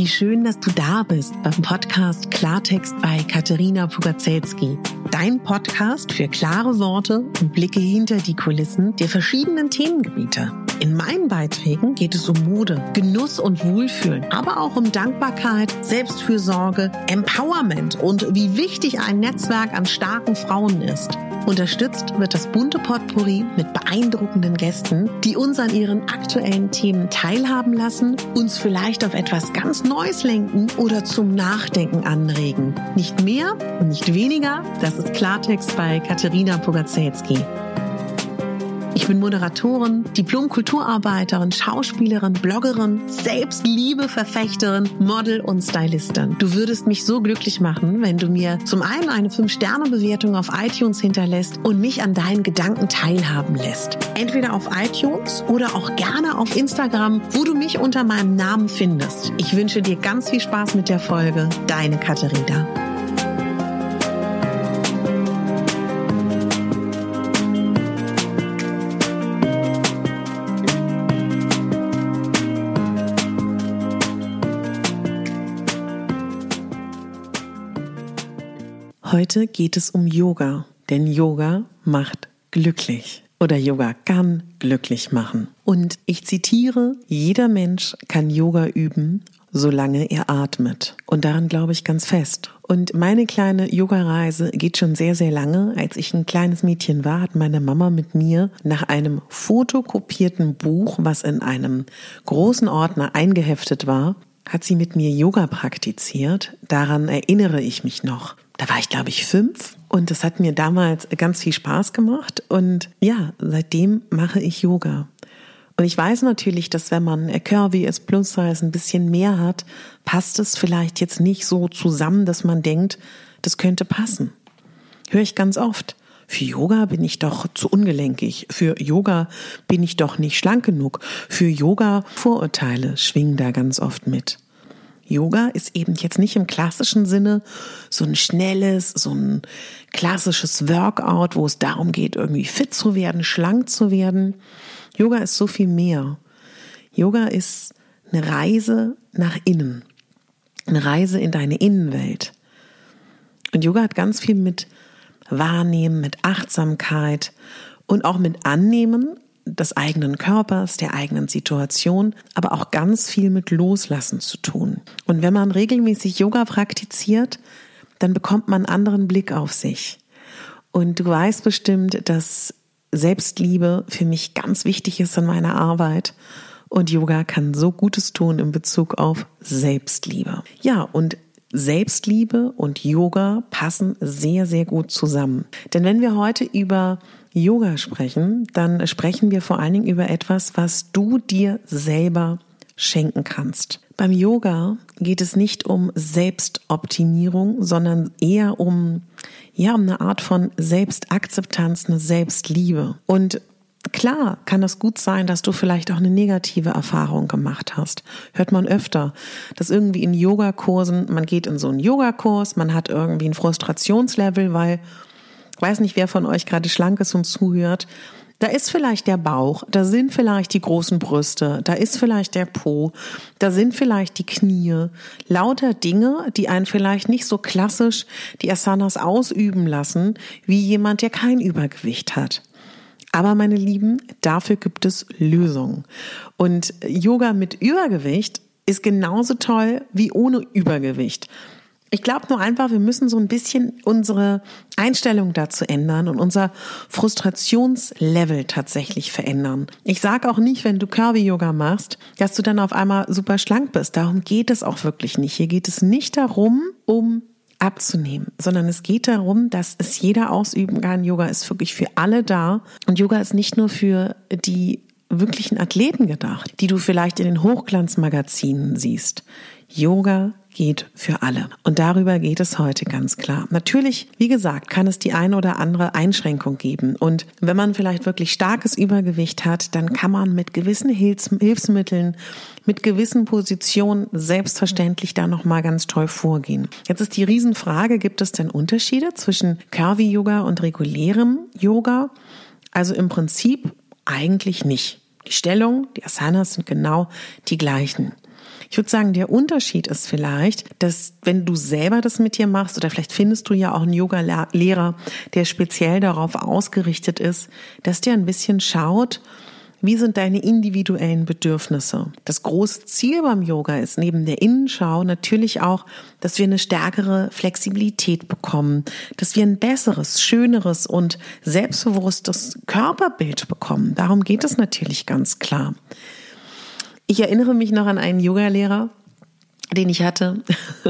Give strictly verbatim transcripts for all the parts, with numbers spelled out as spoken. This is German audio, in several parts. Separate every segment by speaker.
Speaker 1: Wie schön, dass du da bist beim Podcast Klartext bei Katerina Pugacelski. Dein Podcast für klare Worte und Blicke hinter die Kulissen der verschiedenen Themengebiete. In meinen Beiträgen geht es um Mode, Genuss und Wohlfühlen, aber auch um Dankbarkeit, Selbstfürsorge, Empowerment und wie wichtig ein Netzwerk an starken Frauen ist. Unterstützt wird das bunte Potpourri mit beeindruckenden Gästen, die uns an ihren aktuellen Themen teilhaben lassen, uns vielleicht auf etwas ganz Neues lenken oder zum Nachdenken anregen. Nicht mehr und nicht weniger, das ist Klartext bei Katerina Pugacelski. Ich bin Moderatorin, Diplom-Kulturarbeiterin, Schauspielerin, Bloggerin, Selbstliebe-Verfechterin, Model und Stylistin. Du würdest mich so glücklich machen, wenn du mir zum einen eine fünf Sterne Bewertung auf iTunes hinterlässt und mich an deinen Gedanken teilhaben lässt. Entweder auf iTunes oder auch gerne auf Instagram, wo du mich unter meinem Namen findest. Ich wünsche dir ganz viel Spaß mit der Folge. Deine Katerina. Heute geht es um Yoga, denn Yoga macht glücklich oder Yoga kann glücklich machen. Und ich zitiere, jeder Mensch kann Yoga üben, solange er atmet. Und daran glaube ich ganz fest. Und meine kleine Yoga-Reise geht schon sehr, sehr lange. Als ich ein kleines Mädchen war, hat meine Mama mit mir nach einem fotokopierten Buch, was in einem großen Ordner eingeheftet war, hat sie mit mir Yoga praktiziert. Daran erinnere ich mich noch. Da war ich, glaube ich, fünf und das hat mir damals ganz viel Spaß gemacht und ja, seitdem mache ich Yoga. Und ich weiß natürlich, dass wenn man curvy ist, plus size, ein bisschen mehr hat, passt es vielleicht jetzt nicht so zusammen, dass man denkt, das könnte passen. Höre ich ganz oft. Für Yoga bin ich doch zu ungelenkig. Für Yoga bin ich doch nicht schlank genug. Für Yoga Vorurteile schwingen da ganz oft mit. Yoga ist eben jetzt nicht im klassischen Sinne so ein schnelles, so ein klassisches Workout, wo es darum geht, irgendwie fit zu werden, schlank zu werden. Yoga ist so viel mehr. Yoga ist eine Reise nach innen, eine Reise in deine Innenwelt. Und Yoga hat ganz viel mit Wahrnehmen, mit Achtsamkeit und auch mit Annehmen des eigenen Körpers, der eigenen Situation, aber auch ganz viel mit Loslassen zu tun. Und wenn man regelmäßig Yoga praktiziert, dann bekommt man einen anderen Blick auf sich. Und du weißt bestimmt, dass Selbstliebe für mich ganz wichtig ist in meiner Arbeit. Und Yoga kann so Gutes tun in Bezug auf Selbstliebe. Ja, und Selbstliebe und Yoga passen sehr, sehr gut zusammen. Denn wenn wir heute über Yoga sprechen, dann sprechen wir vor allen Dingen über etwas, was du dir selber schenken kannst. Beim Yoga geht es nicht um Selbstoptimierung, sondern eher um, ja, um eine Art von Selbstakzeptanz, eine Selbstliebe. Und klar kann das gut sein, dass du vielleicht auch eine negative Erfahrung gemacht hast. Hört man öfter, dass irgendwie in Yogakursen, man geht in so einen Yogakurs, man hat irgendwie ein Frustrationslevel, weil, ich weiß nicht, wer von euch gerade schlank ist und zuhört, da ist vielleicht der Bauch, da sind vielleicht die großen Brüste, da ist vielleicht der Po, da sind vielleicht die Knie, lauter Dinge, die einen vielleicht nicht so klassisch die Asanas ausüben lassen, wie jemand, der kein Übergewicht hat. Aber meine Lieben, dafür gibt es Lösungen. Und Yoga mit Übergewicht ist genauso toll wie ohne Übergewicht. Ich glaube nur einfach, wir müssen so ein bisschen unsere Einstellung dazu ändern und unser Frustrationslevel tatsächlich verändern. Ich sage auch nicht, wenn du Curvy-Yoga machst, dass du dann auf einmal super schlank bist. Darum geht es auch wirklich nicht. Hier geht es nicht darum, um abzunehmen, sondern es geht darum, dass es jeder ausüben kann. Yoga ist wirklich für alle da und Yoga ist nicht nur für die wirklichen Athleten gedacht, die du vielleicht in den Hochglanzmagazinen siehst. Yoga geht für alle. Und darüber geht es heute ganz klar. Natürlich, wie gesagt, kann es die eine oder andere Einschränkung geben. Und wenn man vielleicht wirklich starkes Übergewicht hat, dann kann man mit gewissen Hilfs- Hilfsmitteln, mit gewissen Positionen selbstverständlich da nochmal ganz toll vorgehen. Jetzt ist die Riesenfrage, gibt es denn Unterschiede zwischen Curvy-Yoga und regulärem Yoga? Also im Prinzip eigentlich nicht. Die Stellung, die Asanas sind genau die gleichen. Ich würde sagen, der Unterschied ist vielleicht, dass wenn du selber das mit dir machst oder vielleicht findest du ja auch einen Yoga-Lehrer, der speziell darauf ausgerichtet ist, dass der ein bisschen schaut, wie sind deine individuellen Bedürfnisse? Das große Ziel beim Yoga ist neben der Innenschau natürlich auch, dass wir eine stärkere Flexibilität bekommen, dass wir ein besseres, schöneres und selbstbewusstes Körperbild bekommen. Darum geht es natürlich ganz klar. Ich erinnere mich noch an einen Yogalehrer, den ich hatte.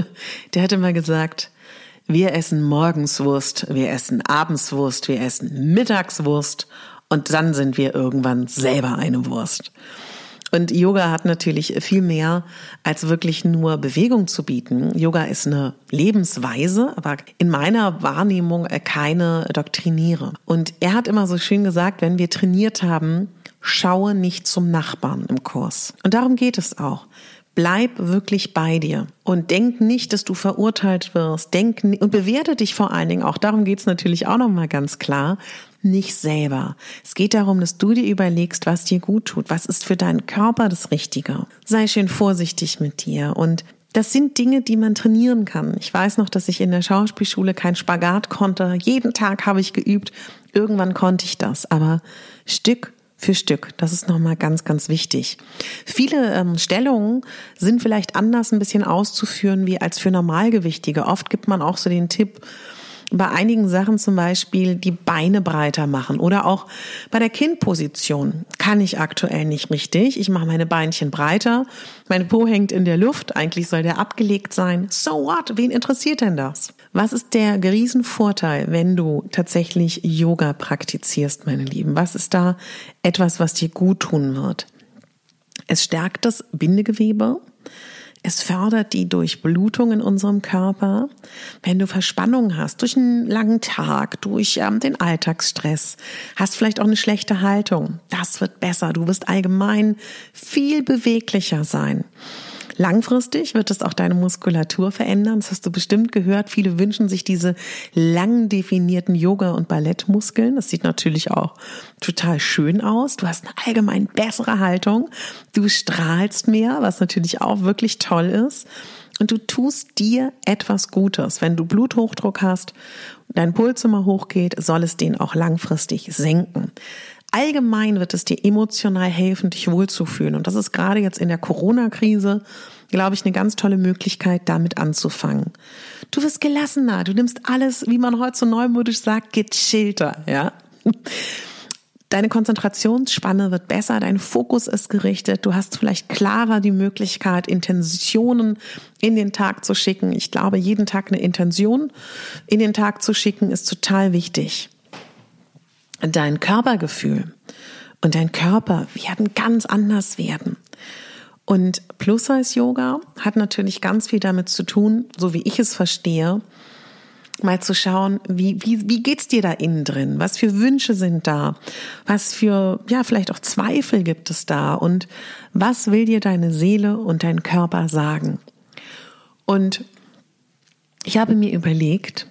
Speaker 1: Der hatte mal gesagt, wir essen morgens Wurst, wir essen abends Wurst, wir essen mittags Wurst und dann sind wir irgendwann selber eine Wurst. Und Yoga hat natürlich viel mehr als wirklich nur Bewegung zu bieten. Yoga ist eine Lebensweise, aber in meiner Wahrnehmung keine Doktriniere. Und er hat immer so schön gesagt, wenn wir trainiert haben, schaue nicht zum Nachbarn im Kurs. Und darum geht es auch. Bleib wirklich bei dir und denk nicht, dass du verurteilt wirst. Denk und bewerte dich vor allen Dingen auch. Darum geht es natürlich auch nochmal ganz klar. Nicht selber. Es geht darum, dass du dir überlegst, was dir gut tut. Was ist für deinen Körper das Richtige? Sei schön vorsichtig mit dir. Und das sind Dinge, die man trainieren kann. Ich weiß noch, dass ich in der Schauspielschule keinen Spagat konnte. Jeden Tag habe ich geübt. Irgendwann konnte ich das. Aber Stück für Stück. Das ist nochmal ganz, ganz wichtig. Viele ähm, Stellungen sind vielleicht anders ein bisschen auszuführen wie als für Normalgewichtige. Oft gibt man auch so den Tipp, bei einigen Sachen zum Beispiel die Beine breiter machen oder auch bei der Kindposition kann ich aktuell nicht richtig. Ich mache meine Beinchen breiter, meine Po hängt in der Luft, eigentlich soll der abgelegt sein. So what? Wen interessiert denn das? Was ist der Riesenvorteil, wenn du tatsächlich Yoga praktizierst, meine Lieben? Was ist da etwas, was dir gut tun wird? Es stärkt das Bindegewebe. Es fördert die Durchblutung in unserem Körper. Wenn du Verspannung hast durch einen langen Tag, durch ähm, den Alltagsstress, hast vielleicht auch eine schlechte Haltung, das wird besser. Du wirst allgemein viel beweglicher sein. Langfristig wird es auch deine Muskulatur verändern. Das hast du bestimmt gehört. Viele wünschen sich diese lang definierten Yoga- und Ballettmuskeln. Das sieht natürlich auch total schön aus. Du hast eine allgemein bessere Haltung. Du strahlst mehr, was natürlich auch wirklich toll ist. Und du tust dir etwas Gutes. Wenn du Bluthochdruck hast, dein Puls immer hochgeht, soll es den auch langfristig senken. Allgemein wird es dir emotional helfen, dich wohlzufühlen. Und das ist gerade jetzt in der Corona-Krise, glaube ich, eine ganz tolle Möglichkeit, damit anzufangen. Du wirst gelassener, du nimmst alles, wie man heute so neumodisch sagt, gechillter, ja. Deine Konzentrationsspanne wird besser, dein Fokus ist gerichtet, du hast vielleicht klarer die Möglichkeit, Intentionen in den Tag zu schicken. Ich glaube, jeden Tag eine Intention in den Tag zu schicken, ist total wichtig. Dein Körpergefühl und dein Körper werden ganz anders werden. Und Plus-Size-Yoga hat natürlich ganz viel damit zu tun, so wie ich es verstehe, mal zu schauen, wie, wie, wie geht's dir da innen drin? Was für Wünsche sind da? Was für, ja, vielleicht auch Zweifel gibt es da? Und was will dir deine Seele und dein Körper sagen? Und ich habe mir überlegt,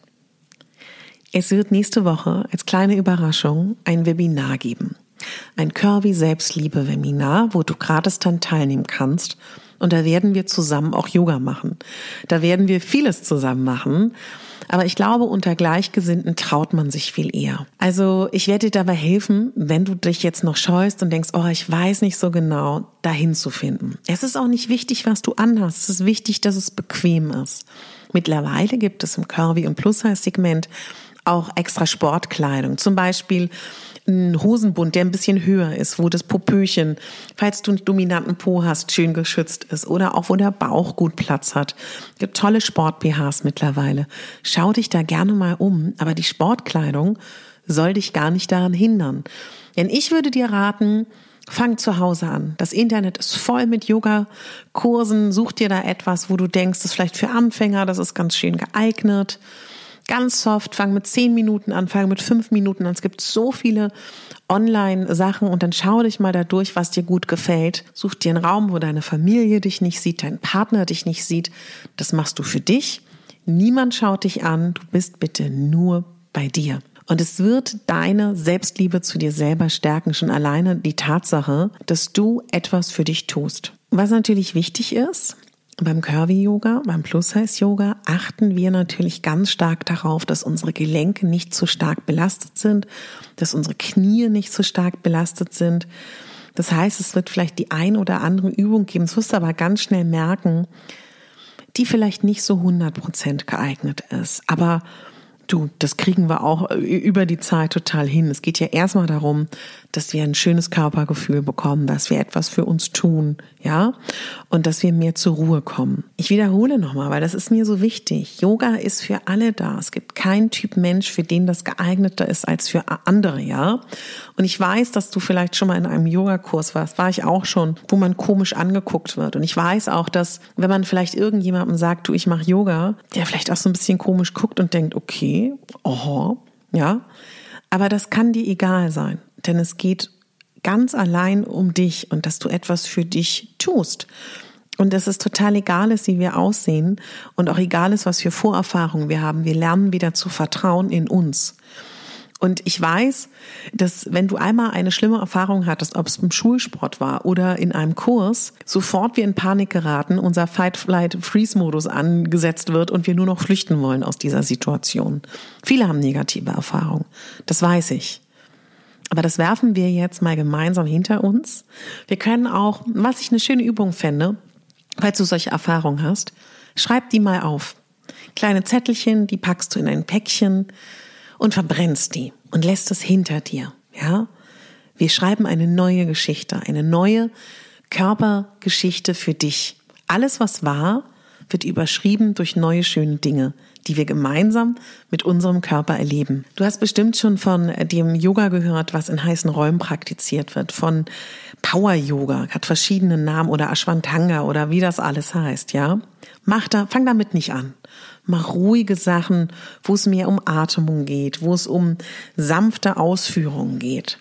Speaker 1: es wird nächste Woche als kleine Überraschung ein Webinar geben. Ein Curvy-Selbstliebe-Webinar, wo du gratis dann teilnehmen kannst. Und da werden wir zusammen auch Yoga machen. Da werden wir vieles zusammen machen. Aber ich glaube, unter Gleichgesinnten traut man sich viel eher. Also ich werde dir dabei helfen, wenn du dich jetzt noch scheust und denkst, oh, ich weiß nicht so genau, dahin zu finden. Es ist auch nicht wichtig, was du anhast. Es ist wichtig, dass es bequem ist. Mittlerweile gibt es im Curvy- und Plus-Size-Segment auch extra Sportkleidung, zum Beispiel ein Hosenbund, der ein bisschen höher ist, wo das Popöchen, falls du einen dominanten Po hast, schön geschützt ist oder auch wo der Bauch gut Platz hat. Es gibt tolle Sport-B Hs mittlerweile. Schau dich da gerne mal um, aber die Sportkleidung soll dich gar nicht daran hindern. Denn ich würde dir raten, fang zu Hause an. Das Internet ist voll mit Yoga-Kursen. Such dir da etwas, wo du denkst, das ist vielleicht für Anfänger, das ist ganz schön geeignet. Ganz soft, fang mit zehn Minuten an, fang mit fünf Minuten an. Es gibt so viele Online-Sachen und dann schau dich mal da durch, was dir gut gefällt. Such dir einen Raum, wo deine Familie dich nicht sieht, dein Partner dich nicht sieht. Das machst du für dich. Niemand schaut dich an. Du bist bitte nur bei dir. Und es wird deine Selbstliebe zu dir selber stärken, schon alleine die Tatsache, dass du etwas für dich tust. Was natürlich wichtig ist, beim Curvy-Yoga, beim Plus-Size-Yoga achten wir natürlich ganz stark darauf, dass unsere Gelenke nicht zu stark belastet sind, dass unsere Knie nicht zu stark belastet sind. Das heißt, es wird vielleicht die ein oder andere Übung geben, das wirst du aber ganz schnell merken, die vielleicht nicht so hundert Prozent geeignet ist. Aber du, das kriegen wir auch über die Zeit total hin. Es geht ja erstmal darum, dass wir ein schönes Körpergefühl bekommen, dass wir etwas für uns tun, ja, und dass wir mehr zur Ruhe kommen. Ich wiederhole nochmal, weil das ist mir so wichtig. Yoga ist für alle da. Es gibt keinen Typ Mensch, für den das geeigneter ist als für andere, ja. Und ich weiß, dass du vielleicht schon mal in einem Yogakurs warst, war ich auch schon, wo man komisch angeguckt wird. Und ich weiß auch, dass wenn man vielleicht irgendjemandem sagt, du, ich mache Yoga, der vielleicht auch so ein bisschen komisch guckt und denkt, okay, oho, ja. Aber das kann dir egal sein, denn es geht ganz allein um dich und dass du etwas für dich tust. Und dass es total egal ist, wie wir aussehen und auch egal ist, was für Vorerfahrungen wir haben. Wir lernen wieder zu vertrauen in uns. Und ich weiß, dass wenn du einmal eine schlimme Erfahrung hattest, ob es im Schulsport war oder in einem Kurs, sofort wir in Panik geraten, unser Fight-Flight-Freeze-Modus angesetzt wird und wir nur noch flüchten wollen aus dieser Situation. Viele haben negative Erfahrungen, das weiß ich. Aber das werfen wir jetzt mal gemeinsam hinter uns. Wir können auch, was ich eine schöne Übung fände, falls du solche Erfahrungen hast, schreib die mal auf. Kleine Zettelchen, die packst du in ein Päckchen und verbrennst die und lässt es hinter dir, ja? Wir schreiben eine neue Geschichte, eine neue Körpergeschichte für dich. Alles, was war, wird überschrieben durch neue schöne Dinge, die wir gemeinsam mit unserem Körper erleben. Du hast bestimmt schon von dem Yoga gehört, was in heißen Räumen praktiziert wird, von Power Yoga, hat verschiedene Namen, oder Ashwatthanga oder wie das alles heißt, ja? Mach da, fang damit nicht an. Mach ruhige Sachen, wo es mehr um Atmung geht, wo es um sanfte Ausführungen geht.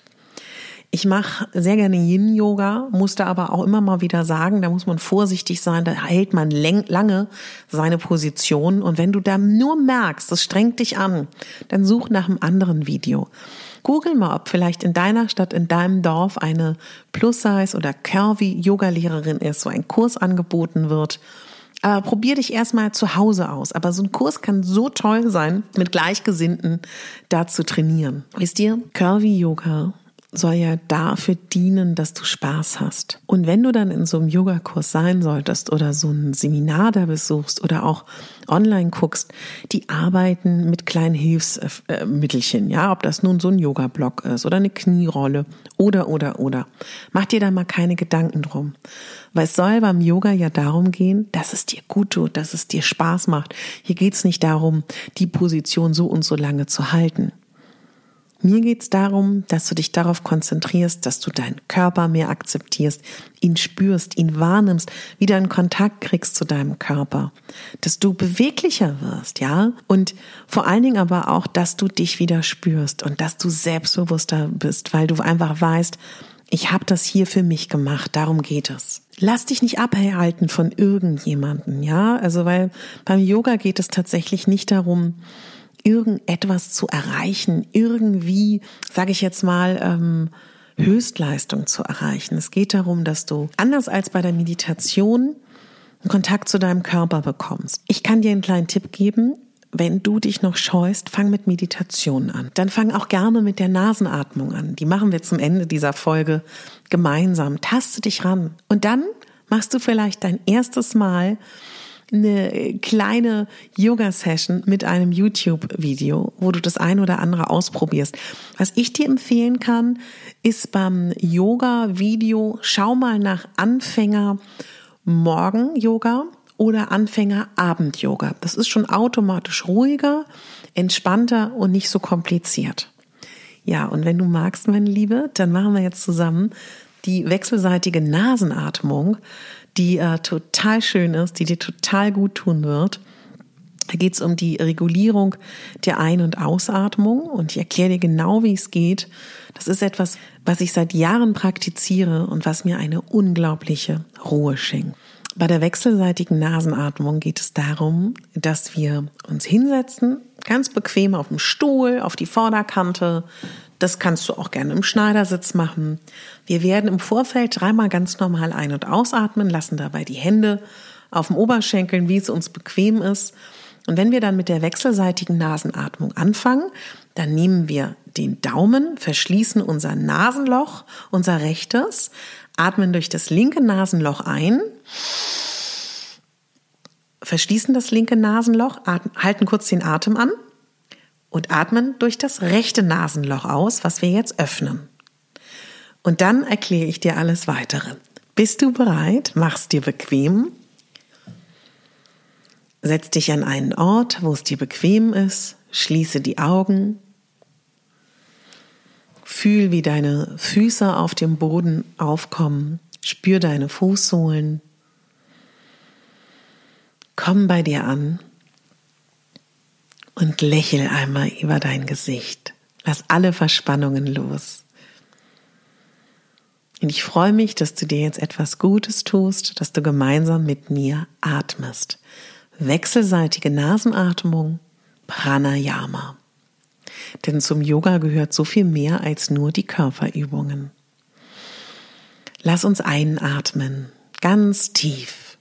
Speaker 1: Ich mache sehr gerne Yin-Yoga, musste aber auch immer mal wieder sagen, da muss man vorsichtig sein, da hält man lange seine Position. Und wenn du da nur merkst, das strengt dich an, dann such nach einem anderen Video. Google mal, ob vielleicht in deiner Stadt, in deinem Dorf eine Plus-Size- oder Curvy-Yoga-Lehrerin ist, so ein Kurs angeboten wird. Aber probier dich erstmal zu Hause aus. Aber so ein Kurs kann so toll sein, mit Gleichgesinnten da zu trainieren. Wisst ihr, Curvy-Yoga soll ja dafür dienen, dass du Spaß hast. Und wenn du dann in so einem Yogakurs sein solltest oder so ein Seminar da besuchst oder auch online guckst, die arbeiten mit kleinen Hilfsmittelchen, ja, ob das nun so ein Yoga-Block ist oder eine Knierolle oder, oder, oder. Mach dir da mal keine Gedanken drum. Weil es soll beim Yoga ja darum gehen, dass es dir gut tut, dass es dir Spaß macht. Hier geht es nicht darum, die Position so und so lange zu halten. Mir geht es darum, dass du dich darauf konzentrierst, dass du deinen Körper mehr akzeptierst, ihn spürst, ihn wahrnimmst, wieder in Kontakt kriegst zu deinem Körper, dass du beweglicher wirst, ja, und vor allen Dingen aber auch, dass du dich wieder spürst und dass du selbstbewusster bist, weil du einfach weißt, ich habe das hier für mich gemacht, darum geht es. Lass dich nicht abhalten von irgendjemanden, ja, also weil beim Yoga geht es tatsächlich nicht darum, irgendetwas zu erreichen, irgendwie, sage ich jetzt mal, ähm, Höchstleistung zu erreichen. Es geht darum, dass du, anders als bei der Meditation, einen Kontakt zu deinem Körper bekommst. Ich kann dir einen kleinen Tipp geben. Wenn du dich noch scheust, fang mit Meditation an. Dann fang auch gerne mit der Nasenatmung an. Die machen wir zum Ende dieser Folge gemeinsam. Taste dich ran. Und dann machst du vielleicht dein erstes Mal eine kleine Yoga-Session mit einem YouTube-Video, wo du das ein oder andere ausprobierst. Was ich dir empfehlen kann, ist beim Yoga-Video, schau mal nach Anfänger-Morgen-Yoga oder Anfänger-Abend-Yoga. Das ist schon automatisch ruhiger, entspannter und nicht so kompliziert. Ja, und wenn du magst, meine Liebe, dann machen wir jetzt zusammen die wechselseitige Nasenatmung, die äh, total schön ist, die dir total gut tun wird. Da geht es um die Regulierung der Ein- und Ausatmung und ich erkläre dir genau, wie es geht. Das ist etwas, was ich seit Jahren praktiziere und was mir eine unglaubliche Ruhe schenkt. Bei der wechselseitigen Nasenatmung geht es darum, dass wir uns hinsetzen, ganz bequem auf dem Stuhl, auf die Vorderkante. Das kannst du auch gerne im Schneidersitz machen. Wir werden im Vorfeld dreimal ganz normal ein- und ausatmen, lassen dabei die Hände auf dem Oberschenkeln, wie es uns bequem ist. Und wenn wir dann mit der wechselseitigen Nasenatmung anfangen, dann nehmen wir den Daumen, verschließen unser Nasenloch, unser rechtes, atmen durch das linke Nasenloch ein, verschließen das linke Nasenloch, atmen, halten kurz den Atem an und atmen durch das rechte Nasenloch aus, was wir jetzt öffnen. Und dann erkläre ich dir alles Weitere. Bist du bereit? Mach's dir bequem. Setz dich an einen Ort, wo es dir bequem ist. Schließe die Augen. Fühl, wie deine Füße auf dem Boden aufkommen. Spür deine Fußsohlen. Komm bei dir an und lächel einmal über dein Gesicht. Lass alle Verspannungen los. Und ich freue mich, dass du dir jetzt etwas Gutes tust, dass du gemeinsam mit mir atmest. Wechselseitige Nasenatmung, Pranayama. Denn zum Yoga gehört so viel mehr als nur die Körperübungen. Lass uns einatmen, ganz tief.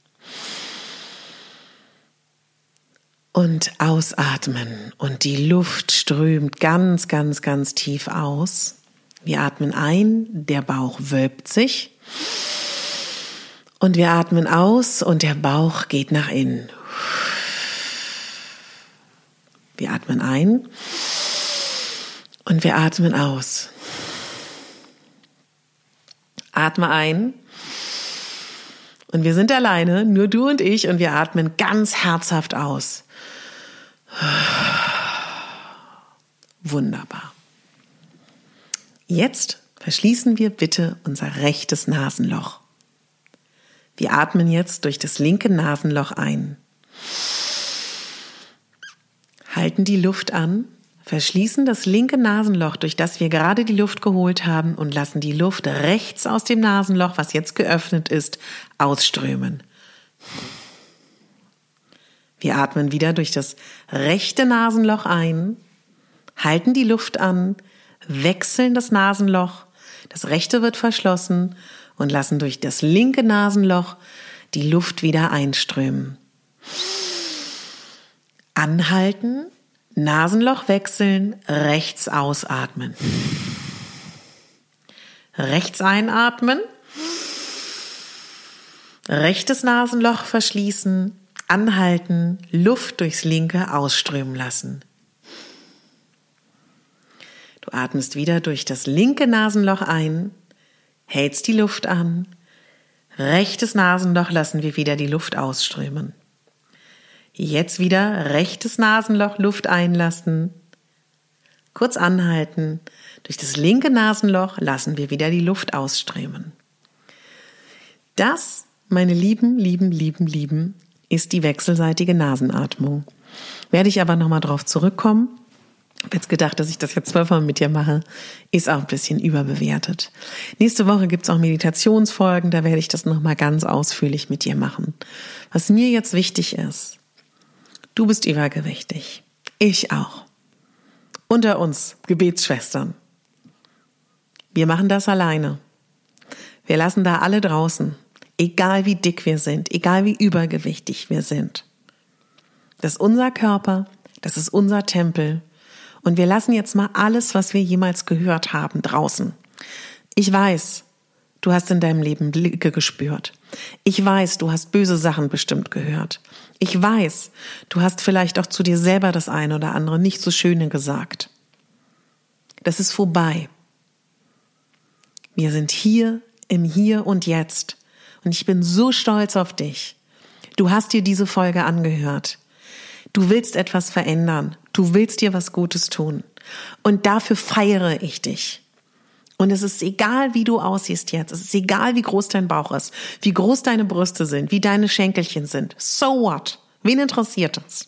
Speaker 1: Und ausatmen. Und die Luft strömt ganz, ganz, ganz tief aus. Wir atmen ein, der Bauch wölbt sich. Und wir atmen aus und der Bauch geht nach innen. Wir atmen ein und wir atmen aus. Atme ein und wir sind alleine, nur du und ich, und wir atmen ganz herzhaft aus. Wunderbar. Jetzt verschließen wir bitte unser rechtes Nasenloch. Wir atmen jetzt durch das linke Nasenloch ein. Halten die Luft an, verschließen das linke Nasenloch, durch das wir gerade die Luft geholt haben, und lassen die Luft rechts aus dem Nasenloch, was jetzt geöffnet ist, ausströmen. Wir atmen wieder durch das rechte Nasenloch ein, halten die Luft an, wechseln das Nasenloch, das rechte wird verschlossen und lassen durch das linke Nasenloch die Luft wieder einströmen. Anhalten, Nasenloch wechseln, rechts ausatmen. Rechts einatmen, rechtes Nasenloch verschließen, anhalten, Luft durchs linke ausströmen lassen. Du atmest wieder durch das linke Nasenloch ein, hältst die Luft an, rechtes Nasenloch lassen wir wieder die Luft ausströmen. Jetzt wieder rechtes Nasenloch Luft einlassen, kurz anhalten, durch das linke Nasenloch lassen wir wieder die Luft ausströmen. Das, meine lieben, lieben, lieben, lieben, ist die wechselseitige Nasenatmung. Werde ich aber nochmal drauf zurückkommen. Ich habe jetzt gedacht, dass ich das jetzt zwölfmal mit dir mache, ist auch ein bisschen überbewertet. Nächste Woche gibt es auch Meditationsfolgen, da werde ich das nochmal ganz ausführlich mit dir machen. Was mir jetzt wichtig ist: Du bist übergewichtig. Ich auch. Unter uns, Gebetsschwestern. Wir machen das alleine. Wir lassen da alle draußen. Egal wie dick wir sind, egal wie übergewichtig wir sind. Das ist unser Körper, das ist unser Tempel. Und wir lassen jetzt mal alles, was wir jemals gehört haben, draußen. Ich weiß, du hast in deinem Leben Blicke gespürt. Ich weiß, du hast böse Sachen bestimmt gehört. Ich weiß, du hast vielleicht auch zu dir selber das eine oder andere nicht so Schöne gesagt. Das ist vorbei. Wir sind hier im Hier und Jetzt. Und ich bin so stolz auf dich. Du hast dir diese Folge angehört. Du willst etwas verändern. Du willst dir was Gutes tun. Und dafür feiere ich dich. Und es ist egal, wie du aussiehst jetzt. Es ist egal, wie groß dein Bauch ist, wie groß deine Brüste sind, wie deine Schenkelchen sind. So what? Wen interessiert das?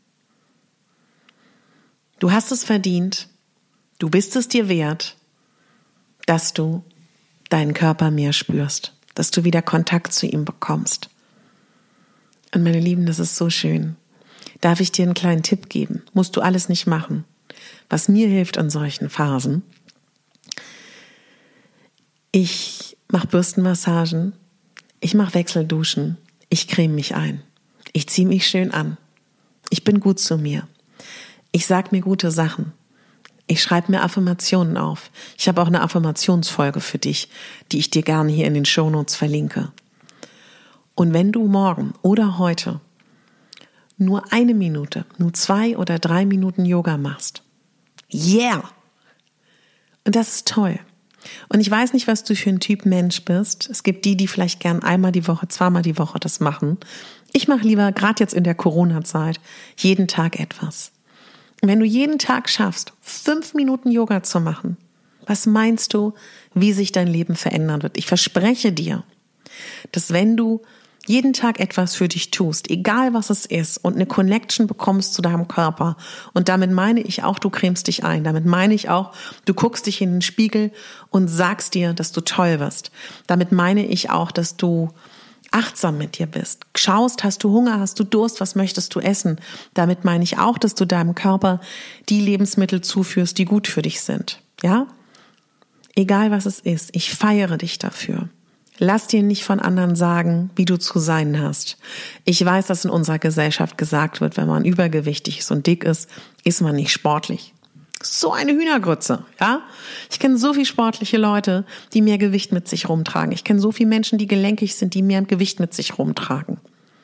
Speaker 1: Du hast es verdient. Du bist es dir wert, dass du deinen Körper mehr spürst, dass du wieder Kontakt zu ihm bekommst. Und meine Lieben, das ist so schön. Darf ich dir einen kleinen Tipp geben? Musst du alles nicht machen. Was mir hilft an solchen Phasen, ich mache Bürstenmassagen, ich mache Wechselduschen, ich creme mich ein, ich ziehe mich schön an, ich bin gut zu mir, ich sage mir gute Sachen, ich schreibe mir Affirmationen auf. Ich habe auch eine Affirmationsfolge für dich, die ich dir gerne hier in den Shownotes verlinke. Und wenn du morgen oder heute nur eine Minute, nur zwei oder drei Minuten Yoga machst, yeah! Und das ist toll. Und ich weiß nicht, was du für ein Typ Mensch bist. Es gibt die, die vielleicht gern einmal die Woche, zweimal die Woche das machen. Ich mache lieber, gerade jetzt in der Corona-Zeit, jeden Tag etwas. Und wenn du jeden Tag schaffst, fünf Minuten Yoga zu machen, was meinst du, wie sich dein Leben verändern wird? Ich verspreche dir, dass wenn du jeden Tag etwas für dich tust, egal was es ist, und eine Connection bekommst zu deinem Körper. Und damit meine ich auch, du cremst dich ein. Damit meine ich auch, du guckst dich in den Spiegel und sagst dir, dass du toll wirst. Damit meine ich auch, dass du achtsam mit dir bist. Schaust, hast du Hunger, hast du Durst, was möchtest du essen? Damit meine ich auch, dass du deinem Körper die Lebensmittel zuführst, die gut für dich sind. Ja? Egal was es ist, ich feiere dich dafür. Lass dir nicht von anderen sagen, wie du zu sein hast. Ich weiß, dass in unserer Gesellschaft gesagt wird, wenn man übergewichtig ist und dick ist, ist man nicht sportlich. So eine Hühnergrütze, ja? Ich kenne so viele sportliche Leute, die mehr Gewicht mit sich rumtragen. Ich kenne so viele Menschen, die gelenkig sind, die mehr Gewicht mit sich rumtragen.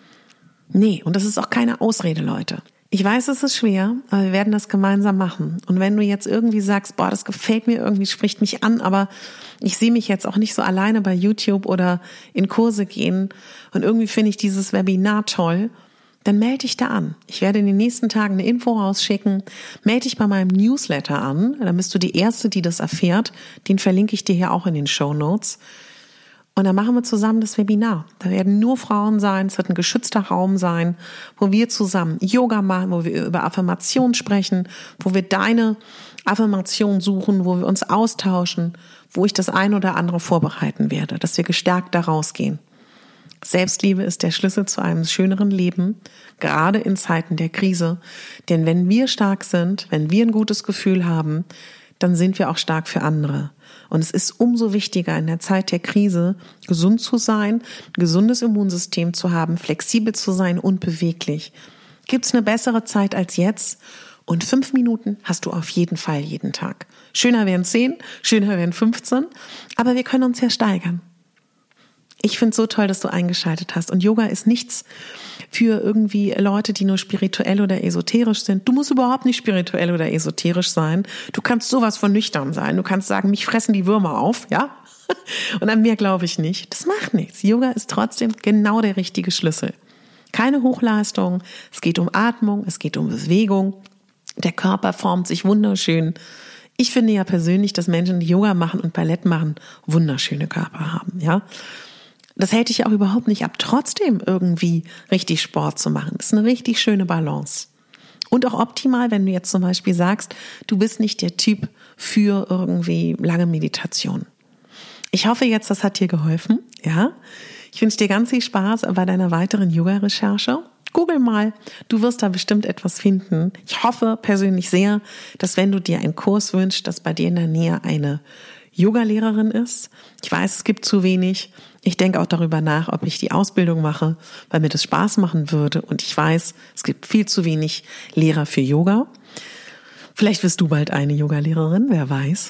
Speaker 1: Nee, und das ist auch keine Ausrede, Leute. Ich weiß, es ist schwer, aber wir werden das gemeinsam machen. Und wenn du jetzt irgendwie sagst, boah, das gefällt mir irgendwie, spricht mich an, aber ich sehe mich jetzt auch nicht so alleine bei YouTube oder in Kurse gehen und irgendwie finde ich dieses Webinar toll, dann melde dich da an. Ich werde in den nächsten Tagen eine Info rausschicken. Melde dich bei meinem Newsletter an, dann bist du die Erste, die das erfährt. Den verlinke ich dir hier auch in den Shownotes. Und dann machen wir zusammen das Webinar. Da werden nur Frauen sein, es wird ein geschützter Raum sein, wo wir zusammen Yoga machen, wo wir über Affirmation sprechen, wo wir deine Affirmation suchen, wo wir uns austauschen, wo ich das ein oder andere vorbereiten werde, dass wir gestärkt da rausgehen. Selbstliebe ist der Schlüssel zu einem schöneren Leben, gerade in Zeiten der Krise. Denn wenn wir stark sind, wenn wir ein gutes Gefühl haben, dann sind wir auch stark für andere. Und es ist umso wichtiger in der Zeit der Krise, gesund zu sein, ein gesundes Immunsystem zu haben, flexibel zu sein und beweglich. Gibt es eine bessere Zeit als jetzt? Und fünf Minuten hast du auf jeden Fall jeden Tag. Schöner wären zehn, schöner wären fünfzehn, aber wir können uns ja steigern. Ich finde es so toll, dass du eingeschaltet hast. Und Yoga ist nichts für irgendwie Leute, die nur spirituell oder esoterisch sind. Du musst überhaupt nicht spirituell oder esoterisch sein. Du kannst sowas von nüchtern sein. Du kannst sagen, mich fressen die Würmer auf, ja? Und an mir glaube ich nicht. Das macht nichts. Yoga ist trotzdem genau der richtige Schlüssel. Keine Hochleistung. Es geht um Atmung, es geht um Bewegung. Der Körper formt sich wunderschön. Ich finde ja persönlich, dass Menschen, die Yoga machen und Ballett machen, wunderschöne Körper haben, ja? Das hält dich auch überhaupt nicht ab, trotzdem irgendwie richtig Sport zu machen. Das ist eine richtig schöne Balance. Und auch optimal, wenn du jetzt zum Beispiel sagst, du bist nicht der Typ für irgendwie lange Meditation. Ich hoffe jetzt, das hat dir geholfen, ja. Ich wünsche dir ganz viel Spaß bei deiner weiteren Yoga-Recherche. Google mal, du wirst da bestimmt etwas finden. Ich hoffe persönlich sehr, dass wenn du dir einen Kurs wünschst, dass bei dir in der Nähe eine Yoga-Lehrerin ist. Ich weiß, es gibt zu wenig. Ich denke auch darüber nach, ob ich die Ausbildung mache, weil mir das Spaß machen würde. Und ich weiß, es gibt viel zu wenig Lehrer für Yoga. Vielleicht wirst du bald eine Yoga-Lehrerin, wer weiß.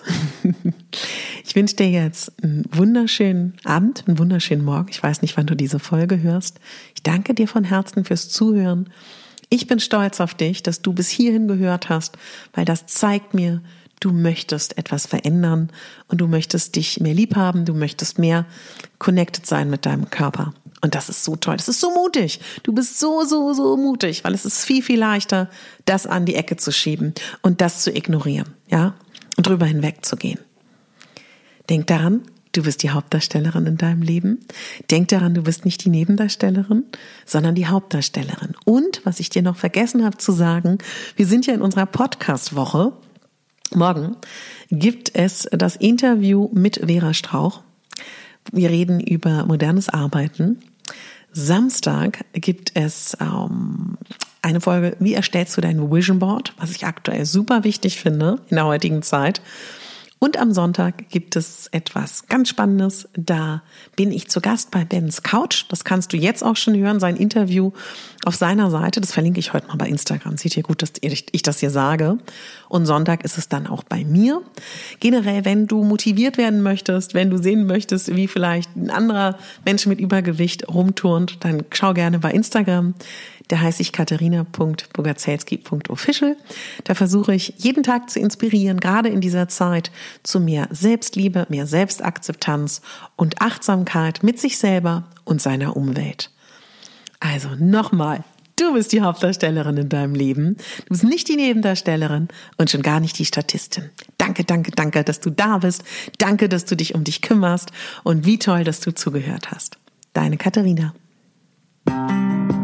Speaker 1: Ich wünsche dir jetzt einen wunderschönen Abend, einen wunderschönen Morgen. Ich weiß nicht, wann du diese Folge hörst. Ich danke dir von Herzen fürs Zuhören. Ich bin stolz auf dich, dass du bis hierhin gehört hast, weil das zeigt mir, du möchtest etwas verändern und du möchtest dich mehr lieb haben, du möchtest mehr connected sein mit deinem Körper. Und das ist so toll, das ist so mutig. Du bist so, so, so mutig, weil es ist viel, viel leichter, das an die Ecke zu schieben und das zu ignorieren, ja, und drüber hinwegzugehen. Denk daran, du bist die Hauptdarstellerin in deinem Leben. Denk daran, du bist nicht die Nebendarstellerin, sondern die Hauptdarstellerin. Und, was ich dir noch vergessen habe zu sagen, wir sind ja in unserer Podcast-Woche. Morgen gibt es das Interview mit Vera Strauch. Wir reden über modernes Arbeiten. Samstag gibt es ähm, eine Folge, wie erstellst du dein Vision Board, was ich aktuell super wichtig finde in der heutigen Zeit. Und am Sonntag gibt es etwas ganz Spannendes. Da bin ich zu Gast bei Bens Couch. Das kannst du jetzt auch schon hören, sein Interview auf seiner Seite. Das verlinke ich heute mal bei Instagram. Sieht ihr gut, dass ich das hier sage. Und Sonntag ist es dann auch bei mir. Generell, wenn du motiviert werden möchtest, wenn du sehen möchtest, wie vielleicht ein anderer Mensch mit Übergewicht rumturnt, dann schau gerne bei Instagram. Da heiße ich katharina punkt bogazelski punkt official. Da versuche ich jeden Tag zu inspirieren, gerade in dieser Zeit, zu mehr Selbstliebe, mehr Selbstakzeptanz und Achtsamkeit mit sich selber und seiner Umwelt. Also nochmal, du bist die Hauptdarstellerin in deinem Leben. Du bist nicht die Nebendarstellerin und schon gar nicht die Statistin. Danke, danke, danke, dass du da bist. Danke, dass du dich um dich kümmerst und wie toll, dass du zugehört hast. Deine Katharina.